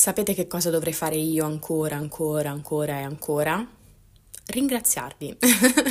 sapete che cosa dovrei fare io ancora e ancora? Ringraziarvi.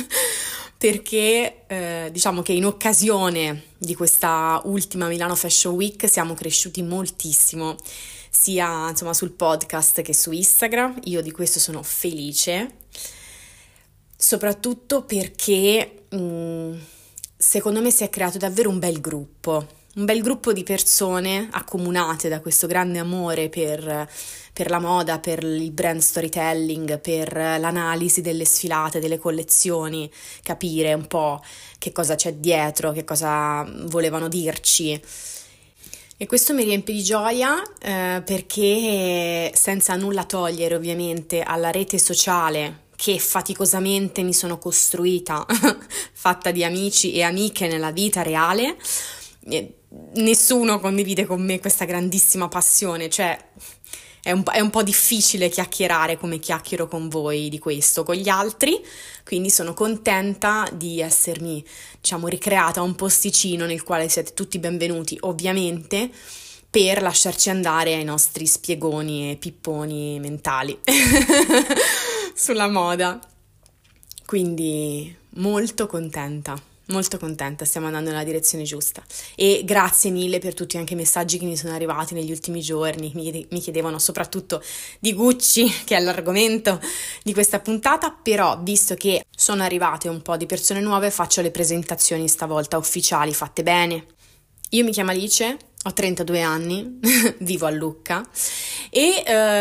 Perché diciamo che in occasione di questa ultima Milano Fashion Week siamo cresciuti moltissimo, sia insomma sul podcast che su Instagram. Io di questo sono felice, soprattutto perché secondo me si è creato davvero un bel gruppo di persone accomunate da questo grande amore per la moda, per il brand storytelling, per l'analisi delle sfilate, delle collezioni, capire un po' che cosa c'è dietro, che cosa volevano dirci. E questo mi riempie di gioia perché, senza nulla togliere ovviamente alla rete sociale che faticosamente mi sono costruita, fatta di amici e amiche nella vita reale, nessuno condivide con me questa grandissima passione, cioè è un po' difficile chiacchierare come chiacchiero con voi di questo, con gli altri, quindi sono contenta di essermi, diciamo, ricreata un posticino nel quale siete tutti benvenuti, ovviamente, per lasciarci andare ai nostri spiegoni e pipponi mentali sulla moda. Quindi molto contenta, stiamo andando nella direzione giusta e grazie mille per tutti anche i messaggi che mi sono arrivati negli ultimi giorni. Mi chiedevano soprattutto di Gucci, che è l'argomento di questa puntata, però visto che sono arrivate un po' di persone nuove faccio le presentazioni stavolta ufficiali, fatte bene. Io mi chiamo Alice, ho 32 anni, vivo a Lucca e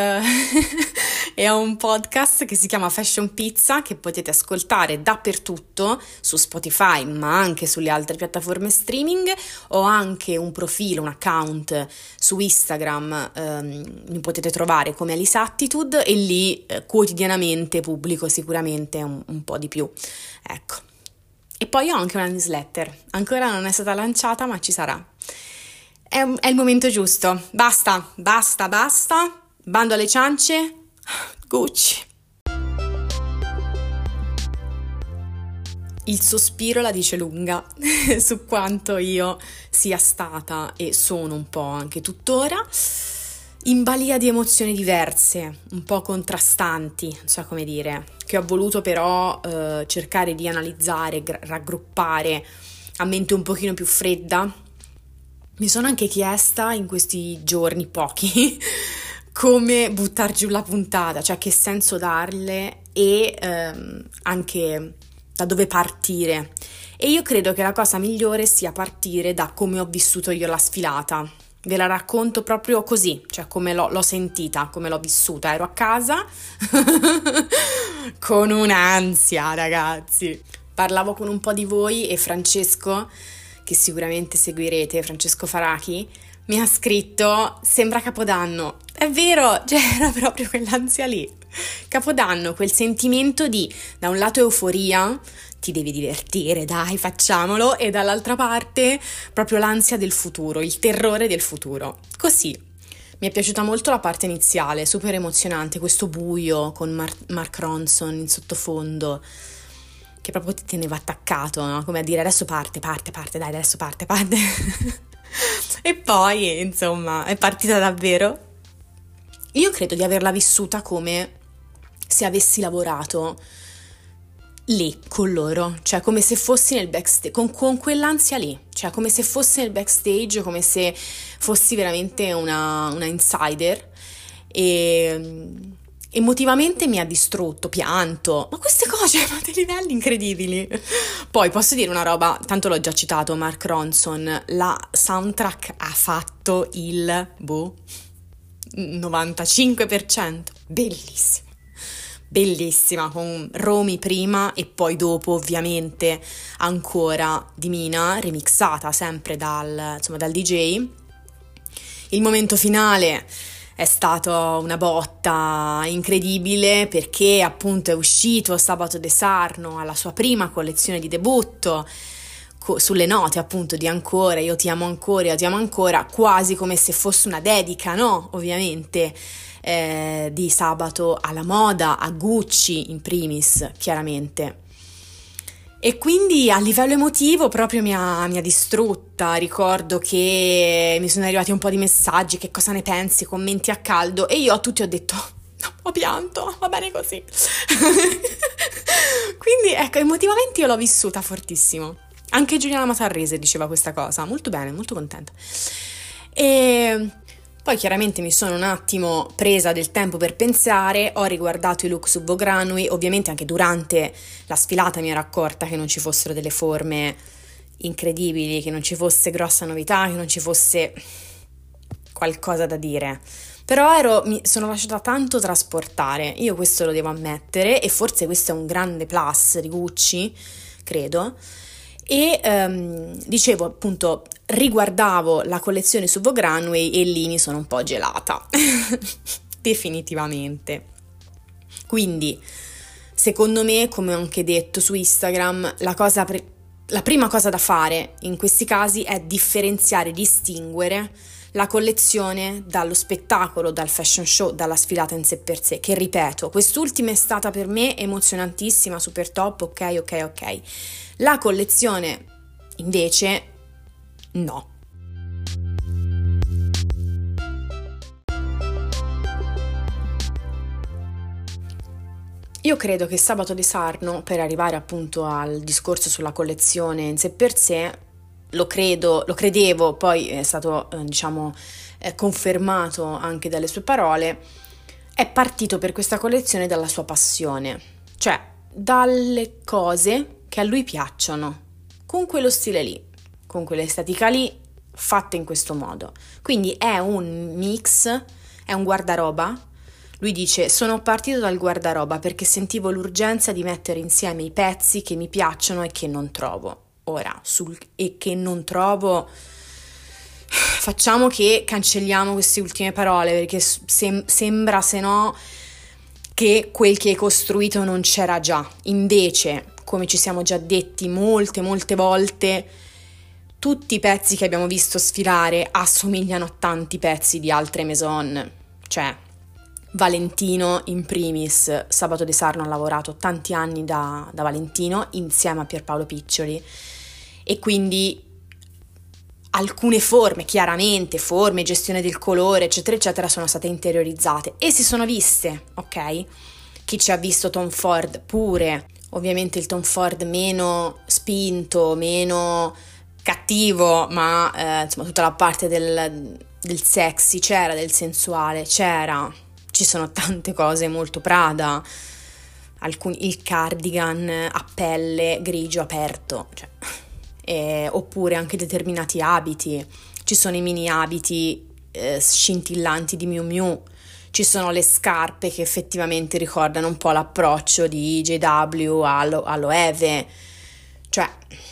ho un podcast che si chiama Fashion Pizza, che potete ascoltare dappertutto, su Spotify ma anche sulle altre piattaforme streaming. Ho anche un profilo, un account su Instagram, mi potete trovare come Alice Attitude e lì quotidianamente pubblico sicuramente un po' di più, ecco. E poi ho anche una newsletter, ancora non è stata lanciata ma ci sarà. È il momento giusto, basta, bando alle ciance, Gucci. Il sospiro la dice lunga su quanto io sia stata e sono un po' anche tuttora in balia di emozioni diverse, un po' contrastanti, non so come dire, che ho voluto però cercare di analizzare, raggruppare a mente un pochino più fredda. Mi sono anche chiesta in questi giorni pochi come buttar giù la puntata, cioè che senso darle e anche da dove partire. E io credo che la cosa migliore sia partire da come ho vissuto io la sfilata. Ve la racconto proprio così, cioè come l'ho sentita, come l'ho vissuta. Ero a casa con un'ansia, ragazzi. Parlavo con un po' di voi e Francesco, che sicuramente seguirete, Francesco Farachi, mi ha scritto: sembra Capodanno. È vero, cioè era proprio quell'ansia lì. Capodanno, quel sentimento di, da un lato euforia, ti devi divertire, dai, facciamolo, e dall'altra parte proprio l'ansia del futuro, il terrore del futuro. Così. Mi è piaciuta molto la parte iniziale, super emozionante, questo buio con Mark Ronson in sottofondo, che proprio ti teneva attaccato, no? Come a dire adesso parte, dai, adesso parte. E poi, insomma, è partita davvero. Io credo di averla vissuta come se avessi lavorato lì con loro, cioè come se fossi nel backstage, con quell'ansia lì, cioè come se fossi nel backstage, come se fossi veramente una insider e emotivamente mi ha distrutto, pianto, ma queste cose a dei livelli incredibili. Poi posso dire una roba, tanto l'ho già citato, Mark Ronson, la soundtrack ha fatto il 95%, bellissima, con Romy prima e poi dopo ovviamente ancora di Mina, remixata sempre dal DJ. Il momento finale è stata una botta incredibile perché appunto è uscito Sabato De Sarno alla sua prima collezione di debutto sulle note appunto di Ancora, io ti amo ancora, quasi come se fosse una dedica, no? Ovviamente di Sabato alla moda, a Gucci in primis, chiaramente. E quindi a livello emotivo proprio mi ha distrutta. Ricordo che mi sono arrivati un po' di messaggi, che cosa ne pensi, commenti a caldo, e io a tutti ho detto, no, ho pianto, va bene così. Quindi ecco, emotivamente io l'ho vissuta fortissimo. Anche Giuliana Matarrese diceva questa cosa, molto bene, molto contenta. E poi chiaramente mi sono un attimo presa del tempo per pensare, ho riguardato i look su Vogue Runway, ovviamente anche durante la sfilata mi ero accorta che non ci fossero delle forme incredibili, che non ci fosse grossa novità, che non ci fosse qualcosa da dire. Però mi sono lasciata tanto trasportare, io questo lo devo ammettere, e forse questo è un grande plus di Gucci, credo. E dicevo appunto, riguardavo la collezione su Vogue Runway e lì mi sono un po' gelata, definitivamente. Quindi, secondo me, come ho anche detto su Instagram, la prima cosa da fare in questi casi è differenziare, distinguere la collezione dallo spettacolo, dal fashion show, dalla sfilata in sé per sé, che ripeto, quest'ultima è stata per me emozionantissima, super top, ok. La collezione invece no. Io credo che Sabato di Sarno, per arrivare appunto al discorso sulla collezione in sé per sé, lo credevo, poi è stato confermato anche dalle sue parole, è partito per questa collezione dalla sua passione, cioè dalle cose che a lui piacciono, con quello stile lì, con quell'estetica lì, fatte in questo modo. Quindi è un mix, è un guardaroba. Lui dice, sono partito dal guardaroba perché sentivo l'urgenza di mettere insieme i pezzi che mi piacciono e che non trovo. Ora, e che non trovo, facciamo che cancelliamo queste ultime parole, perché sembra, se no, che quel che hai costruito non c'era già. Invece, come ci siamo già detti molte volte, tutti i pezzi che abbiamo visto sfilare assomigliano a tanti pezzi di altre maison. Cioè, Valentino in primis, Sabato de Sarno ha lavorato tanti anni da Valentino insieme a Pierpaolo Piccioli, e quindi alcune forme, chiaramente forme, gestione del colore, eccetera, sono state interiorizzate e si sono viste, ok? Chi ci ha visto Tom Ford pure, ovviamente il Tom Ford meno spinto, meno cattivo, ma insomma tutta la parte del sexy c'era, del sensuale c'era, ci sono tante cose molto Prada, il cardigan a pelle grigio aperto, cioè, oppure anche determinati abiti, ci sono i mini abiti scintillanti di Miu Miu, ci sono le scarpe che effettivamente ricordano un po' l'approccio di JW a Loewe, cioè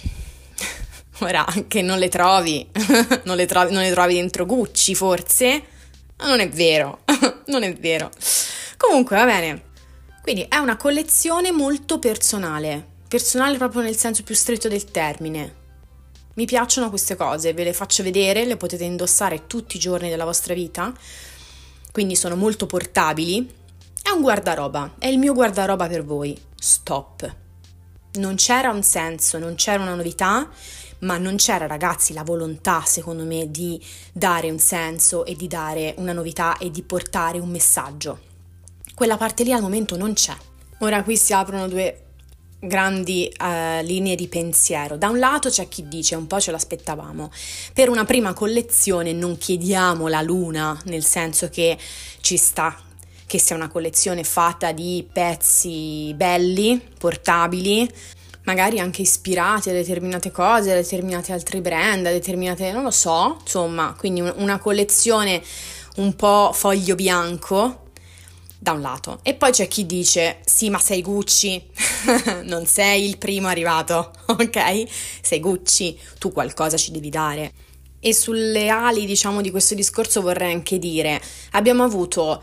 ora che non le trovi, non le trovi dentro Gucci forse, ma non è vero, non è vero. Comunque va bene, quindi è una collezione molto personale proprio nel senso più stretto del termine. Mi piacciono queste cose, ve le faccio vedere, le potete indossare tutti i giorni della vostra vita, quindi sono molto portabili. È un guardaroba, è il mio guardaroba per voi. Stop. Non c'era un senso, non c'era una novità, ma non c'era, ragazzi, la volontà, secondo me, di dare un senso e di dare una novità e di portare un messaggio. Quella parte lì al momento non c'è. Ora qui si aprono due grandi linee di pensiero. Da un lato c'è chi dice, un po' ce l'aspettavamo, per una prima collezione non chiediamo la luna, nel senso che ci sta che sia una collezione fatta di pezzi belli, portabili, magari anche ispirati a determinate cose, a determinati altri brand, a determinate, non lo so, insomma, quindi una collezione un po' foglio bianco, da un lato. E poi c'è chi dice, sì, ma sei Gucci, non sei il primo arrivato, ok? Sei Gucci, tu qualcosa ci devi dare. E sulle ali, diciamo, di questo discorso vorrei anche dire, abbiamo avuto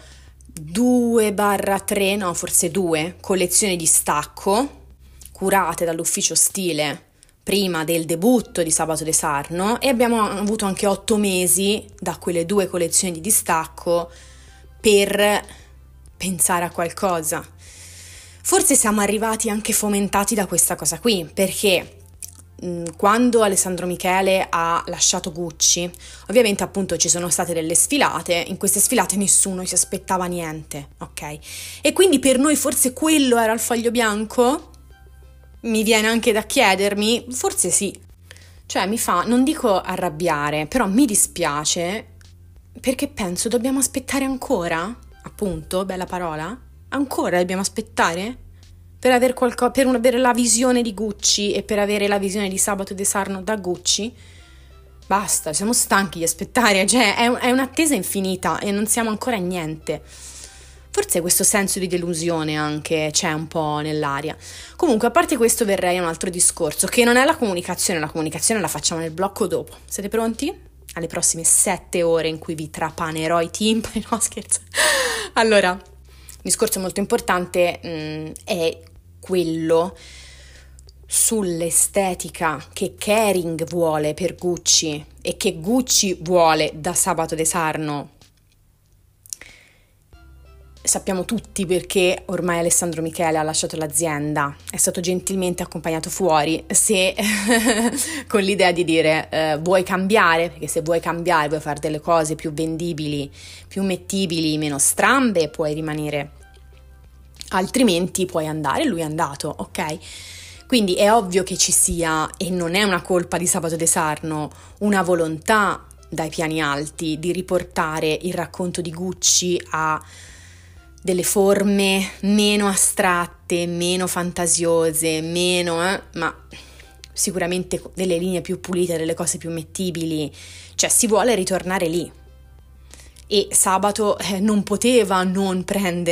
2/3, no, forse 2 collezioni di stacco curate dall'ufficio stile prima del debutto di Sabato de Sarno, e abbiamo avuto anche 8 mesi da quelle 2 collezioni di distacco per pensare a qualcosa. Forse siamo arrivati anche fomentati da questa cosa qui, perché quando Alessandro Michele ha lasciato Gucci, ovviamente appunto ci sono state delle sfilate, in queste sfilate nessuno si aspettava niente, ok? E quindi per noi forse quello era il foglio bianco? Mi viene anche da chiedermi, forse sì. Cioè mi fa, non dico arrabbiare, però mi dispiace perché penso dobbiamo aspettare ancora, appunto, bella parola, ancora dobbiamo aspettare? Per avere la visione di Gucci e per avere la visione di Sabato De Sarno da Gucci, basta, siamo stanchi di aspettare, cioè è un'attesa infinita e non siamo ancora a niente. Forse questo senso di delusione anche c'è un po' nell'aria. Comunque, a parte questo, verrei a un altro discorso, che non è la comunicazione la facciamo nel blocco dopo. Siete pronti? Alle prossime 7 ore in cui vi trapanerò i timpani, no scherzo. Allora, un discorso molto importante è quello sull'estetica che Kering vuole per Gucci e che Gucci vuole da Sabato De Sarno. Sappiamo tutti perché ormai Alessandro Michele ha lasciato l'azienda, è stato gentilmente accompagnato fuori, se con l'idea di dire vuoi cambiare, perché se vuoi cambiare, vuoi fare delle cose più vendibili, più mettibili, meno strambe, puoi rimanere, altrimenti puoi andare. Lui è andato, ok? Quindi è ovvio che ci sia, e non è una colpa di Sabato De Sarno, una volontà dai piani alti di riportare il racconto di Gucci a delle forme meno astratte, meno fantasiose, ma sicuramente delle linee più pulite, delle cose più mettibili, cioè si vuole ritornare lì. E Sabato non poteva non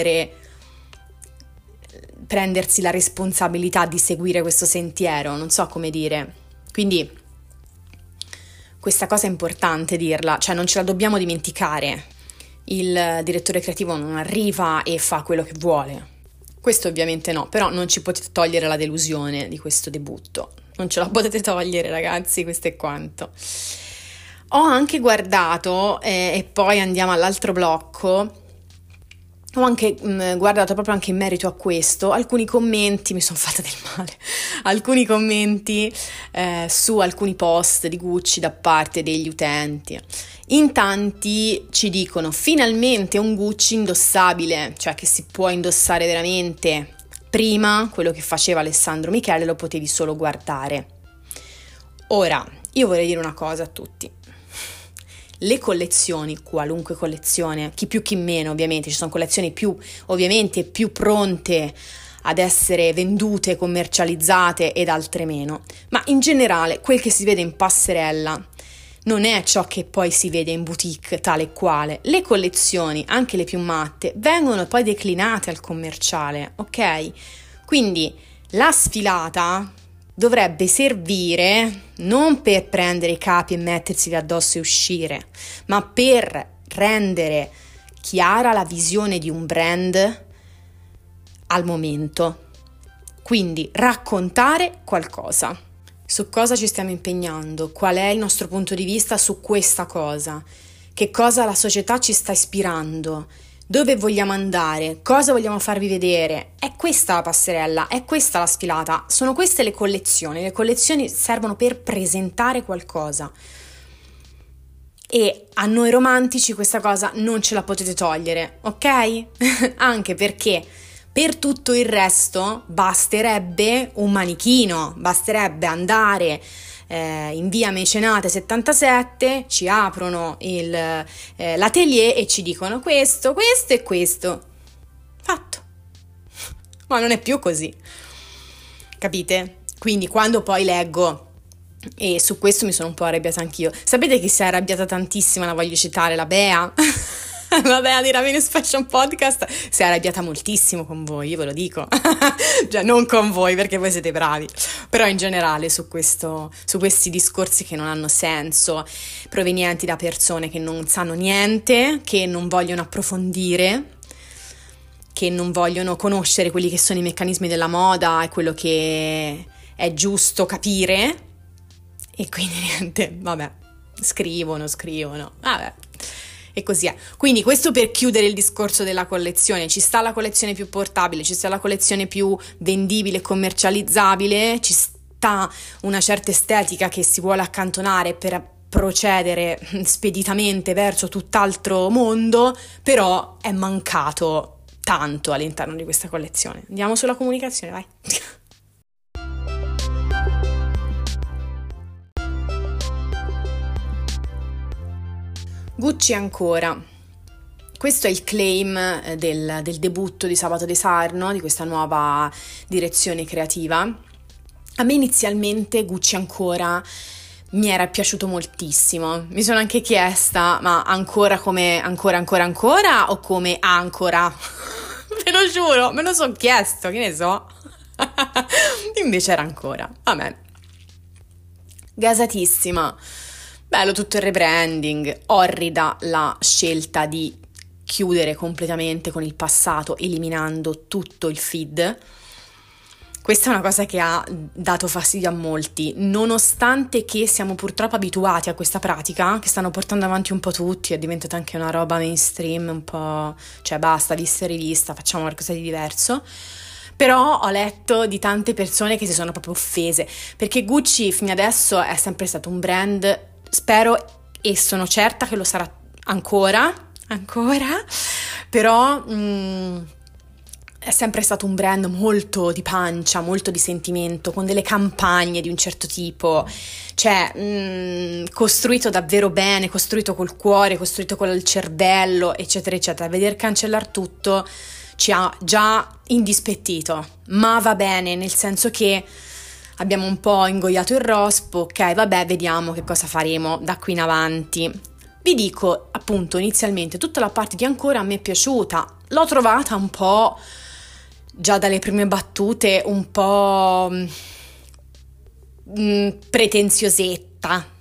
prendersi la responsabilità di seguire questo sentiero, non so come dire. Quindi questa cosa è importante dirla, cioè non ce la dobbiamo dimenticare. Il direttore creativo non arriva e fa quello che vuole. Questo ovviamente no, però non ci potete togliere la delusione di questo debutto. Non ce la potete togliere, ragazzi, questo è quanto. Ho anche guardato, e poi andiamo all'altro blocco, ho anche guardato proprio anche in merito a questo, alcuni commenti, mi sono fatta del male, alcuni commenti su alcuni post di Gucci da parte degli utenti. In tanti ci dicono finalmente un Gucci indossabile, cioè che si può indossare veramente. Prima quello che faceva Alessandro Michele lo potevi solo guardare. Ora, io vorrei dire una cosa a tutti. Le collezioni, qualunque collezione, chi più chi meno ovviamente, ci sono collezioni più ovviamente più pronte ad essere vendute, commercializzate ed altre meno, ma in generale quel che si vede in passerella non è ciò che poi si vede in boutique tale e quale. Le collezioni, anche le più matte, vengono poi declinate al commerciale, ok? Quindi la sfilata dovrebbe servire non per prendere i capi e metterseli addosso e uscire, ma per rendere chiara la visione di un brand al momento. Quindi raccontare qualcosa. Su cosa ci stiamo impegnando? Qual è il nostro punto di vista su questa cosa? Che cosa la società ci sta ispirando? Dove vogliamo andare? Cosa vogliamo farvi vedere? È questa la passerella, è questa la sfilata, sono queste le collezioni. Le collezioni servono per presentare qualcosa. E a noi romantici questa cosa non ce la potete togliere, ok? Anche perché per tutto il resto basterebbe un manichino, basterebbe andare in via Mecenate 77, ci aprono l'atelier e ci dicono questo e questo. Fatto. Ma non è più così. Capite? Quindi quando poi leggo, e su questo mi sono un po' arrabbiata anch'io. Sapete chi si è arrabbiata tantissimo? La voglio citare, la Bea. La Bea di Ravenous Fashion Podcast si è arrabbiata moltissimo con voi, io ve lo dico. Cioè non con voi perché voi siete bravi, però in generale su questi discorsi che non hanno senso, provenienti da persone che non sanno niente, che non vogliono approfondire, che non vogliono conoscere quelli che sono i meccanismi della moda e quello che è giusto capire. E quindi niente, vabbè, scrivono, vabbè. E così è. Quindi questo per chiudere il discorso della collezione. Ci sta la collezione più portabile, ci sta la collezione più vendibile e commercializzabile, ci sta una certa estetica che si vuole accantonare per procedere speditamente verso tutt'altro mondo, però è mancato tanto all'interno di questa collezione. Andiamo sulla comunicazione, vai. Gucci ancora. Questo è il claim del debutto di Sabato De Sarno, di questa nuova direzione creativa. A me inizialmente Gucci ancora mi era piaciuto moltissimo. Mi sono anche chiesta, ma ancora come ancora o come ancora? Ve lo giuro, me lo sono chiesto, che ne so. Invece era ancora. Vabbè. Gasatissima. Bello tutto il rebranding, orrida la scelta di chiudere completamente con il passato, eliminando tutto il feed. Questa è una cosa che ha dato fastidio a molti, nonostante che siamo purtroppo abituati a questa pratica, che stanno portando avanti un po' tutti, è diventata anche una roba mainstream, un po', cioè basta, vista e rivista, facciamo qualcosa di diverso. Però ho letto di tante persone che si sono proprio offese, perché Gucci fino adesso è sempre stato un brand, spero e sono certa che lo sarà ancora, però è sempre stato un brand molto di pancia, molto di sentimento, con delle campagne di un certo tipo, cioè costruito davvero bene, costruito col cuore, costruito col cervello, eccetera, eccetera. Veder cancellare tutto ci ha già indispettito, ma va bene, nel senso che abbiamo un po' ingoiato il rospo, ok, vabbè, vediamo che cosa faremo da qui in avanti. Vi dico, appunto, inizialmente tutta la parte di ancora a me è piaciuta, l'ho trovata un po', già dalle prime battute, un po' pretenziosetta,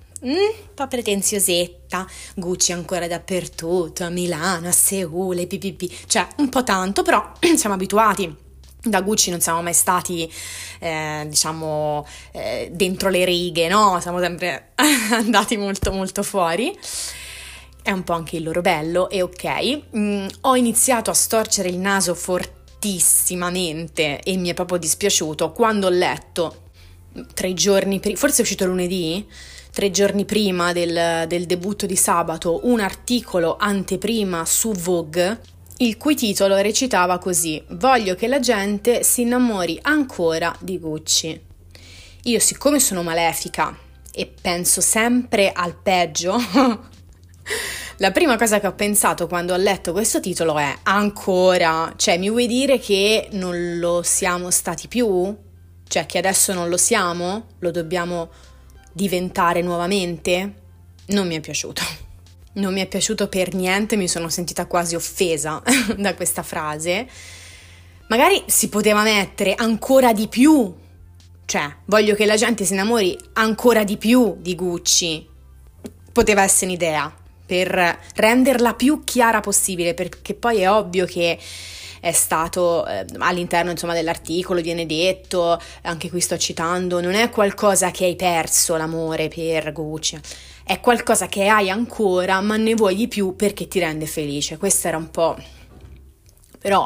Gucci ancora dappertutto, a Milano, a Seul, cioè un po' tanto, però siamo abituati. Da Gucci non siamo mai stati, dentro le righe, no? Siamo sempre andati molto molto fuori. È un po' anche il loro bello, e ok. Ho iniziato a storcere il naso fortissimamente e mi è proprio dispiaciuto quando ho letto 3 giorni prima, forse è uscito lunedì, 3 giorni prima del debutto di Sabato, un articolo anteprima su Vogue, il cui titolo recitava così: voglio che la gente si innamori ancora di Gucci. Io, siccome sono malefica e penso sempre al peggio, la prima cosa che ho pensato quando ho letto questo titolo è ancora, cioè mi vuoi dire che non lo siamo stati più? Cioè che adesso non lo siamo? Lo dobbiamo diventare nuovamente? Non mi è piaciuto. Non mi è piaciuto per niente, mi sono sentita quasi offesa da questa frase. Magari si poteva mettere ancora di più, cioè voglio che la gente si innamori ancora di più di Gucci. Poteva essere un'idea per renderla più chiara possibile, perché poi è ovvio che è stato all'interno, insomma, dell'articolo viene detto, anche qui sto citando, non è qualcosa che hai perso l'amore per Gucci, è qualcosa che hai ancora ma ne vuoi di più perché ti rende felice. Questo era un po', però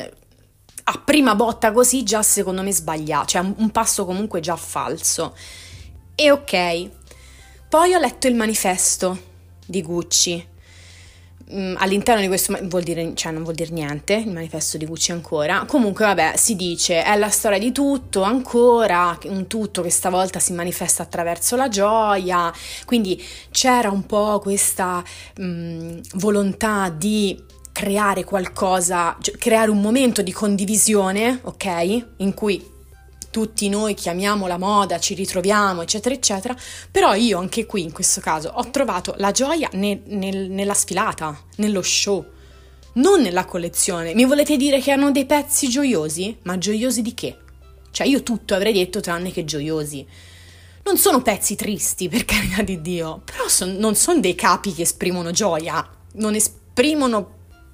a prima botta così già secondo me sbagliato, cioè un passo comunque già falso. E ok, poi ho letto il manifesto di Gucci. All'interno di questo vuol dire, cioè non vuol dire niente, il manifesto di Gucci ancora. Comunque vabbè, si dice è la storia di tutto ancora, un tutto che stavolta si manifesta attraverso la gioia, quindi c'era un po' questa volontà di creare qualcosa, cioè creare un momento di condivisione, ok? In cui tutti noi chiamiamo la moda, ci ritroviamo, eccetera, eccetera, però io anche qui, in questo caso, ho trovato la gioia nella sfilata, nello show, non nella collezione. Mi volete dire che hanno dei pezzi gioiosi? Ma gioiosi di che? Cioè io tutto avrei detto tranne che gioiosi. Non sono pezzi tristi, per carità di Dio, però non sono dei capi che esprimono gioia, non esprimono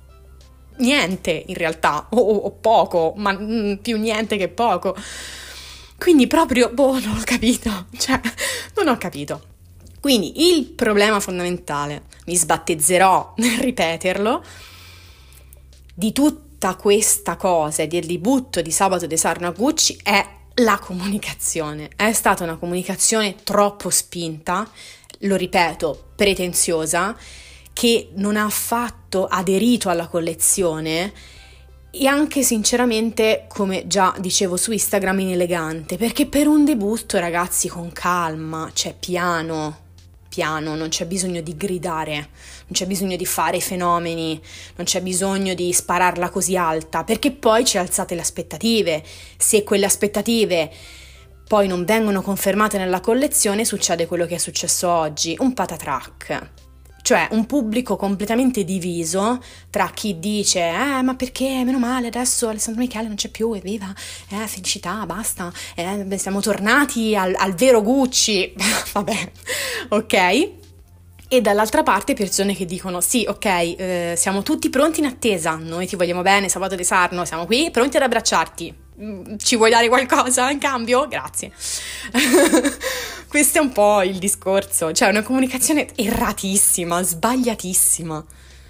niente in realtà, o poco, ma più niente che poco. Quindi proprio, non ho capito, cioè, non ho capito. Quindi il problema fondamentale, mi sbattezzerò nel ripeterlo, di tutta questa cosa, del debutto di Sabato De Sarno a Gucci, è la comunicazione. È stata una comunicazione troppo spinta, lo ripeto, pretenziosa, che non ha affatto aderito alla collezione e anche sinceramente, come già dicevo su Instagram, inelegante, perché per un debutto, ragazzi, con calma, cioè piano, non c'è bisogno di gridare, non c'è bisogno di fare fenomeni, non c'è bisogno di spararla così alta, perché poi ci alzate le aspettative. Se quelle aspettative poi non vengono confermate nella collezione, succede quello che è successo oggi, un patatrack. Cioè un pubblico completamente diviso tra chi dice ma perché, meno male, adesso Alessandro Michele non c'è più, evviva, felicità, basta, siamo tornati al vero Gucci, vabbè, ok? E dall'altra parte persone che dicono sì, ok, siamo tutti pronti in attesa, noi ti vogliamo bene, Sabato De Sarno, siamo qui pronti ad abbracciarti, ci vuoi dare qualcosa in cambio? Grazie. Questo è un po' il discorso, cioè una comunicazione erratissima, sbagliatissima,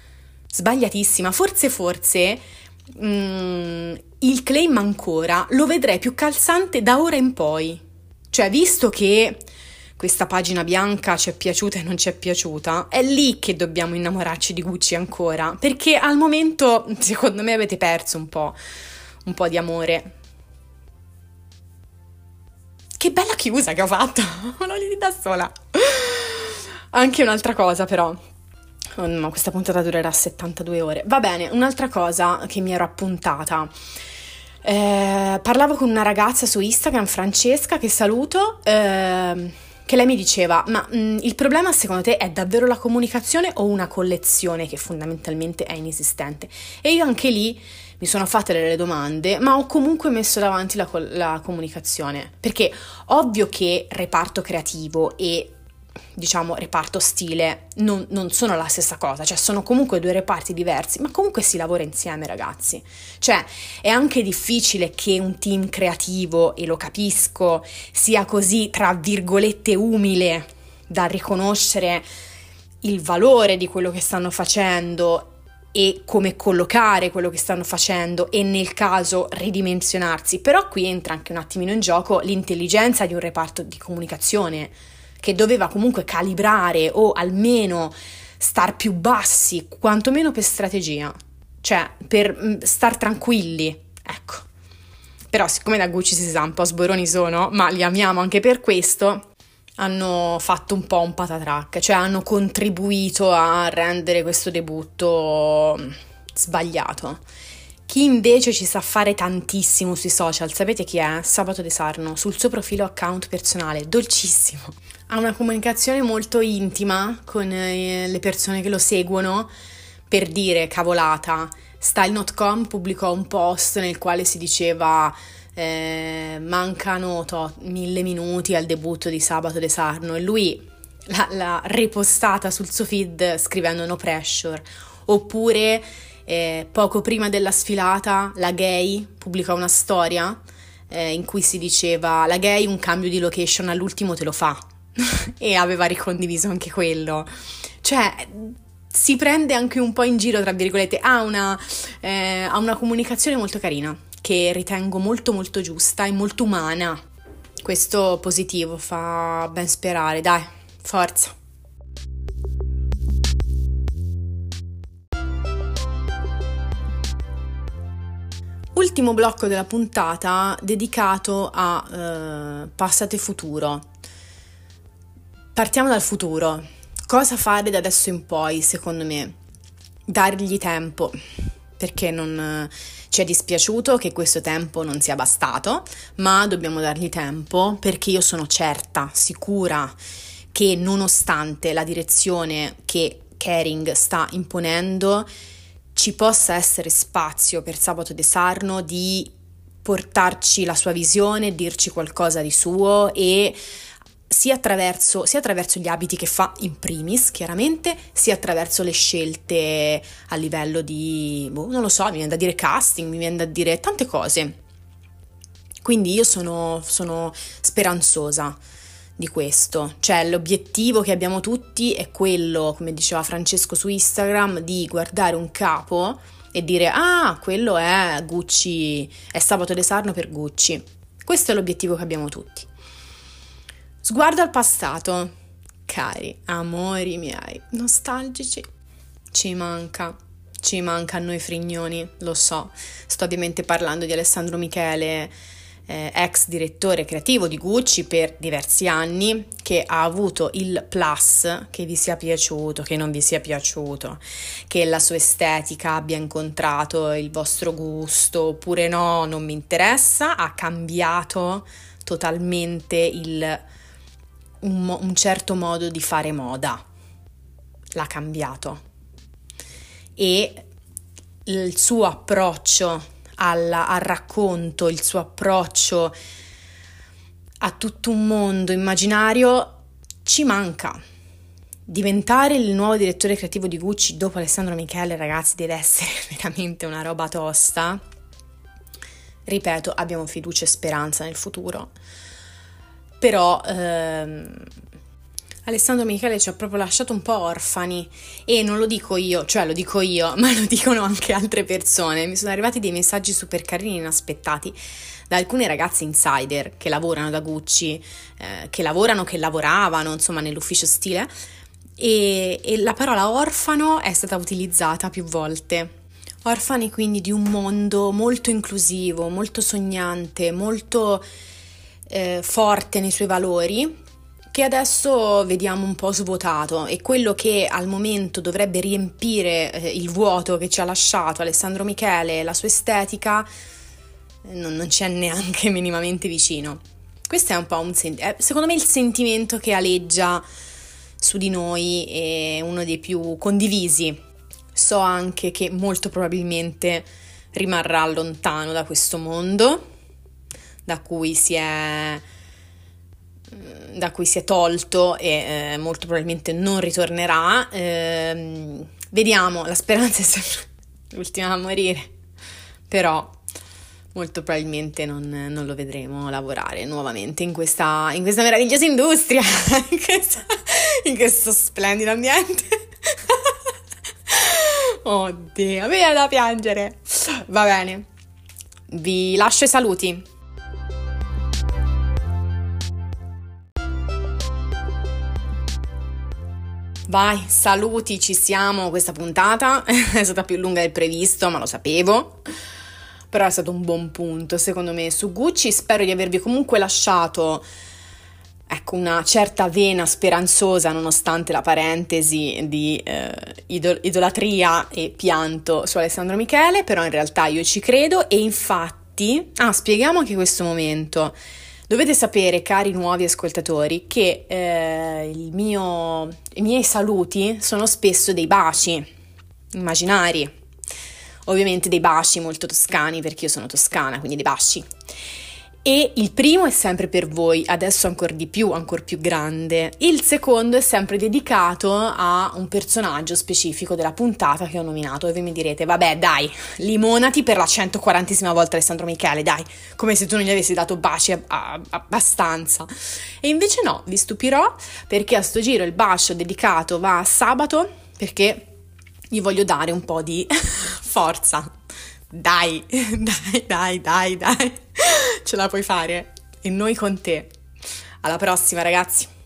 forse il claim ancora lo vedrei più calzante da ora in poi, cioè visto che questa pagina bianca ci è piaciuta e non ci è piaciuta, è lì che dobbiamo innamorarci di Gucci ancora, perché al momento secondo me avete perso un po' di amore. Che bella chiusa che ho fatto, non li da sola. Anche un'altra cosa però, ma questa puntata durerà 72 ore. Va bene, un'altra cosa che mi ero appuntata. Parlavo con una ragazza su Instagram, Francesca, che saluto, che lei mi diceva, ma il problema secondo te è davvero la comunicazione o una collezione che fondamentalmente è inesistente? E io anche lì mi sono fatte delle domande, ma ho comunque messo davanti la comunicazione, perché ovvio che reparto creativo e diciamo reparto stile non sono la stessa cosa, cioè sono comunque due reparti diversi, ma comunque si lavora insieme, ragazzi. Cioè è anche difficile che un team creativo, e lo capisco, sia così tra virgolette umile da riconoscere il valore di quello che stanno facendo e come collocare quello che stanno facendo e nel caso ridimensionarsi, però qui entra anche un attimino in gioco l'intelligenza di un reparto di comunicazione che doveva comunque calibrare o almeno star più bassi, quantomeno per strategia, cioè per star tranquilli, ecco. Però siccome da Gucci si sa, un po' sboroni sono, ma li amiamo anche per questo, hanno fatto un po' un patatrack, cioè hanno contribuito a rendere questo debutto sbagliato. Chi invece ci sa fare tantissimo sui social, sapete chi è? Sabato De Sarno, sul suo profilo account personale, dolcissimo. Ha una comunicazione molto intima con le persone che lo seguono, per dire cavolata. Style.com pubblicò un post nel quale si diceva mancano 1000 minuti al debutto di Sabato De Sarno e lui l'ha ripostata sul suo feed scrivendo no pressure. Oppure poco prima della sfilata la Gay pubblicò una storia in cui si diceva la Gay un cambio di location all'ultimo te lo fa e aveva ricondiviso anche quello. Cioè si prende anche un po' in giro, tra virgolette, ha una comunicazione molto carina che ritengo molto molto giusta e molto umana. Questo positivo, fa ben sperare, dai, forza. Ultimo blocco della puntata dedicato a passato e futuro. Partiamo dal futuro. Cosa fare da adesso in poi, secondo me? Dargli tempo, perché non ci è dispiaciuto che questo tempo non sia bastato, ma dobbiamo dargli tempo perché io sono certa, sicura che nonostante la direzione che Kering sta imponendo, ci possa essere spazio per Sabato De Sarno di portarci la sua visione, dirci qualcosa di suo e sia attraverso gli abiti che fa in primis, chiaramente, sia attraverso le scelte a livello di, non lo so, mi viene da dire casting, mi viene da dire tante cose. Quindi io sono speranzosa di questo, cioè l'obiettivo che abbiamo tutti è quello, come diceva Francesco su Instagram, di guardare un capo e dire ah, quello è Gucci, è Sabato De Sarno per Gucci. Questo è l'obiettivo che abbiamo tutti. Sguardo al passato, cari amori miei, nostalgici, ci manca a noi frignoni, lo so, sto ovviamente parlando di Alessandro Michele, ex direttore creativo di Gucci per diversi anni, che ha avuto il plus, che vi sia piaciuto, che non vi sia piaciuto, che la sua estetica abbia incontrato il vostro gusto oppure no, non mi interessa, ha cambiato totalmente un certo modo di fare moda, l'ha cambiato, e il suo approccio al racconto, il suo approccio a tutto un mondo immaginario ci manca. Diventare il nuovo direttore creativo di Gucci dopo Alessandro Michele, ragazzi, deve essere veramente una roba tosta. Ripeto, abbiamo fiducia e speranza nel futuro, però Alessandro Michele ci ha proprio lasciato un po' orfani, e non lo dico io, cioè lo dico io, ma lo dicono anche altre persone. Mi sono arrivati dei messaggi super carini, inaspettati, da alcune ragazze insider che lavorano da Gucci, che lavoravano, insomma, nell'ufficio stile, e la parola orfano è stata utilizzata più volte. Orfani quindi di un mondo molto inclusivo, molto sognante, molto forte nei suoi valori, che adesso vediamo un po' svuotato, e quello che al momento dovrebbe riempire il vuoto che ci ha lasciato Alessandro Michele, la sua estetica, non c'è neanche minimamente vicino. Questo è un po' secondo me il sentimento che aleggia su di noi, è uno dei più condivisi. So anche che molto probabilmente rimarrà lontano da questo mondo, da cui si è tolto, e molto probabilmente non ritornerà. Vediamo, la speranza è sempre l'ultima a morire, però molto probabilmente non lo vedremo lavorare nuovamente in questa meravigliosa industria, in questo splendido ambiente. Oddio, mi viene da piangere. Va bene, vi lascio i saluti. Vai, saluti, ci siamo. Questa puntata è stata più lunga del previsto, ma lo sapevo, però è stato un buon punto secondo me su Gucci. Spero di avervi comunque lasciato, ecco, una certa vena speranzosa, nonostante la parentesi di idolatria e pianto su Alessandro Michele, però in realtà io ci credo. E infatti, spieghiamo anche questo momento. Dovete sapere, cari nuovi ascoltatori, che i miei saluti sono spesso dei baci immaginari, ovviamente dei baci molto toscani, perché io sono toscana, quindi dei baci. E il primo è sempre per voi, adesso ancora più grande. Il secondo è sempre dedicato a un personaggio specifico della puntata che ho nominato. E voi mi direte, vabbè dai, limonati per la 140esima volta Alessandro Michele, dai, come se tu non gli avessi dato baci abbastanza. E invece no, vi stupirò, perché a sto giro il bacio dedicato va a Sabato, perché gli voglio dare un po' di forza. Dai, ce la puoi fare, e noi con te. Alla prossima, ragazzi.